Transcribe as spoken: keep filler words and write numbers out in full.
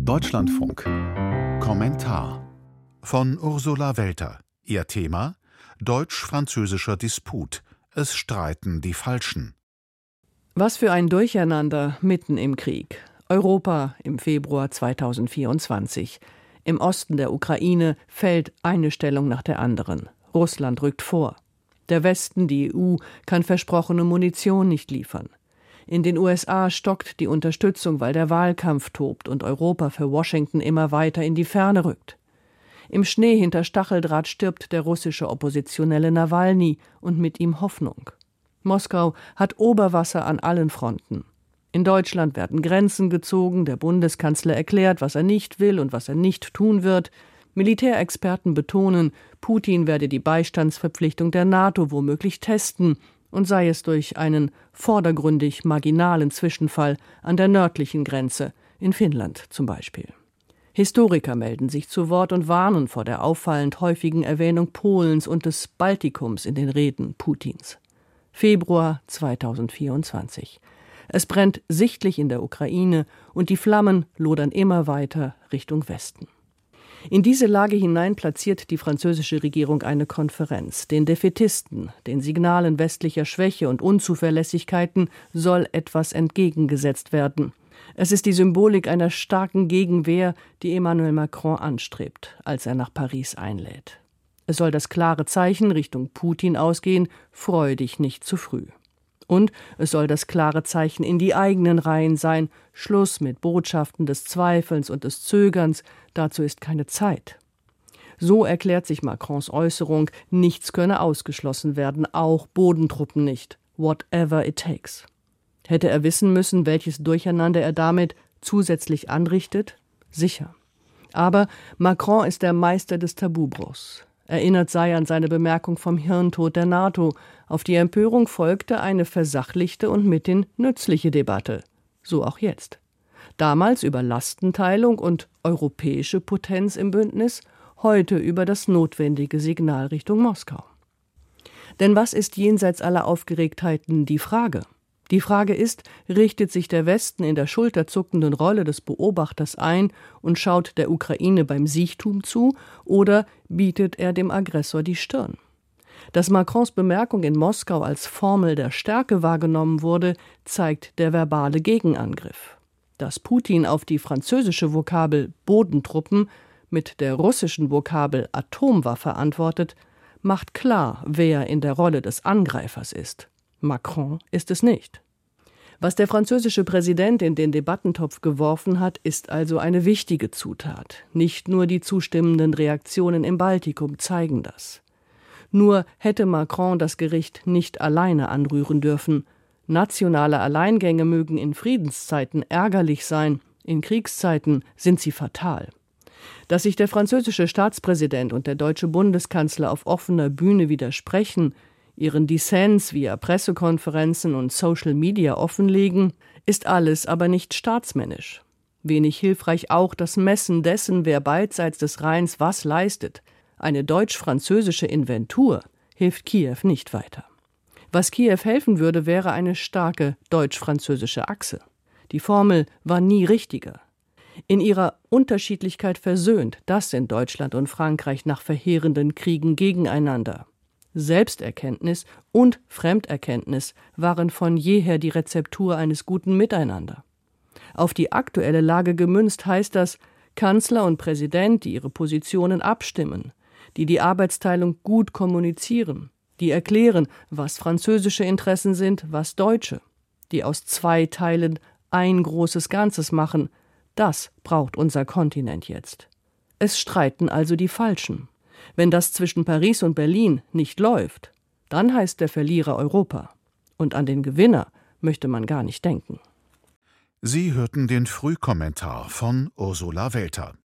Deutschlandfunk. Kommentar von Ursula Welter. Ihr Thema: deutsch-französischer Disput. Es streiten die Falschen. Was für ein Durcheinander mitten im Krieg. Europa im Februar zweitausendvierundzwanzig. Im Osten der Ukraine fällt eine Stellung nach der anderen. Russland rückt vor. Der Westen, die E U, kann versprochene Munition nicht liefern. In den U S A stockt die Unterstützung, weil der Wahlkampf tobt und Europa für Washington immer weiter in die Ferne rückt. Im Schnee hinter Stacheldraht stirbt der russische Oppositionelle Nawalny und mit ihm Hoffnung. Moskau hat Oberwasser an allen Fronten. In Deutschland werden Grenzen gezogen, der Bundeskanzler erklärt, was er nicht will und was er nicht tun wird. Militärexperten betonen, Putin werde die Beistandsverpflichtung der NATO womöglich testen, und sei es durch einen vordergründig marginalen Zwischenfall an der nördlichen Grenze, in Finnland zum Beispiel. Historiker melden sich zu Wort und warnen vor der auffallend häufigen Erwähnung Polens und des Baltikums in den Reden Putins. Februar zweitausendvierundzwanzig. Es brennt sichtlich in der Ukraine und die Flammen lodern immer weiter Richtung Westen. In diese Lage hinein platziert die französische Regierung eine Konferenz. Den Defaitisten, den Signalen westlicher Schwäche und Unzuverlässigkeiten soll etwas entgegengesetzt werden. Es ist die Symbolik einer starken Gegenwehr, die Emmanuel Macron anstrebt, als er nach Paris einlädt. Es soll das klare Zeichen Richtung Putin ausgehen: freu dich nicht zu früh. Und es soll das klare Zeichen in die eigenen Reihen sein: Schluss mit Botschaften des Zweifelns und des Zögerns, dazu ist keine Zeit. So erklärt sich Macrons Äußerung, nichts könne ausgeschlossen werden, auch Bodentruppen nicht, whatever it takes. Hätte er wissen müssen, welches Durcheinander er damit zusätzlich anrichtet? Sicher. Aber Macron ist der Meister des Tabubruchs. Erinnert sei an seine Bemerkung vom Hirntod der NATO. Auf die Empörung folgte eine versachlichte und mithin nützliche Debatte. So auch jetzt. Damals über Lastenteilung und europäische Potenz im Bündnis, heute über das notwendige Signal Richtung Moskau. Denn was ist jenseits aller Aufgeregtheiten die Frage? Die Frage ist, richtet sich der Westen in der schulterzuckenden Rolle des Beobachters ein und schaut der Ukraine beim Siechtum zu, oder bietet er dem Aggressor die Stirn? Dass Macrons Bemerkung in Moskau als Formel der Stärke wahrgenommen wurde, zeigt der verbale Gegenangriff. Dass Putin auf die französische Vokabel Bodentruppen mit der russischen Vokabel Atomwaffe antwortet, macht klar, wer in der Rolle des Angreifers ist. Macron ist es nicht. Was der französische Präsident in den Debattentopf geworfen hat, ist also eine wichtige Zutat. Nicht nur die zustimmenden Reaktionen im Baltikum zeigen das. Nur hätte Macron das Gericht nicht alleine anrühren dürfen. Nationale Alleingänge mögen in Friedenszeiten ärgerlich sein, in Kriegszeiten sind sie fatal. Dass sich der französische Staatspräsident und der deutsche Bundeskanzler auf offener Bühne widersprechen, ihren Dissens via Pressekonferenzen und Social Media offenlegen, ist alles aber nicht staatsmännisch. Wenig hilfreich auch das Messen dessen, wer beidseits des Rheins was leistet. Eine deutsch-französische Inventur hilft Kiew nicht weiter. Was Kiew helfen würde, wäre eine starke deutsch-französische Achse. Die Formel war nie richtiger. In ihrer Unterschiedlichkeit versöhnt, das sind Deutschland und Frankreich nach verheerenden Kriegen gegeneinander. Selbsterkenntnis und Fremderkenntnis waren von jeher die Rezeptur eines guten Miteinander. Auf die aktuelle Lage gemünzt heißt das, Kanzler und Präsident, die ihre Positionen abstimmen, die die Arbeitsteilung gut kommunizieren, die erklären, was französische Interessen sind, was deutsche, die aus zwei Teilen ein großes Ganzes machen, das braucht unser Kontinent jetzt. Es streiten also die Falschen. Wenn das zwischen Paris und Berlin nicht läuft, dann heißt der Verlierer Europa. Und an den Gewinner möchte man gar nicht denken. Sie hörten den Frühkommentar von Ursula Welter.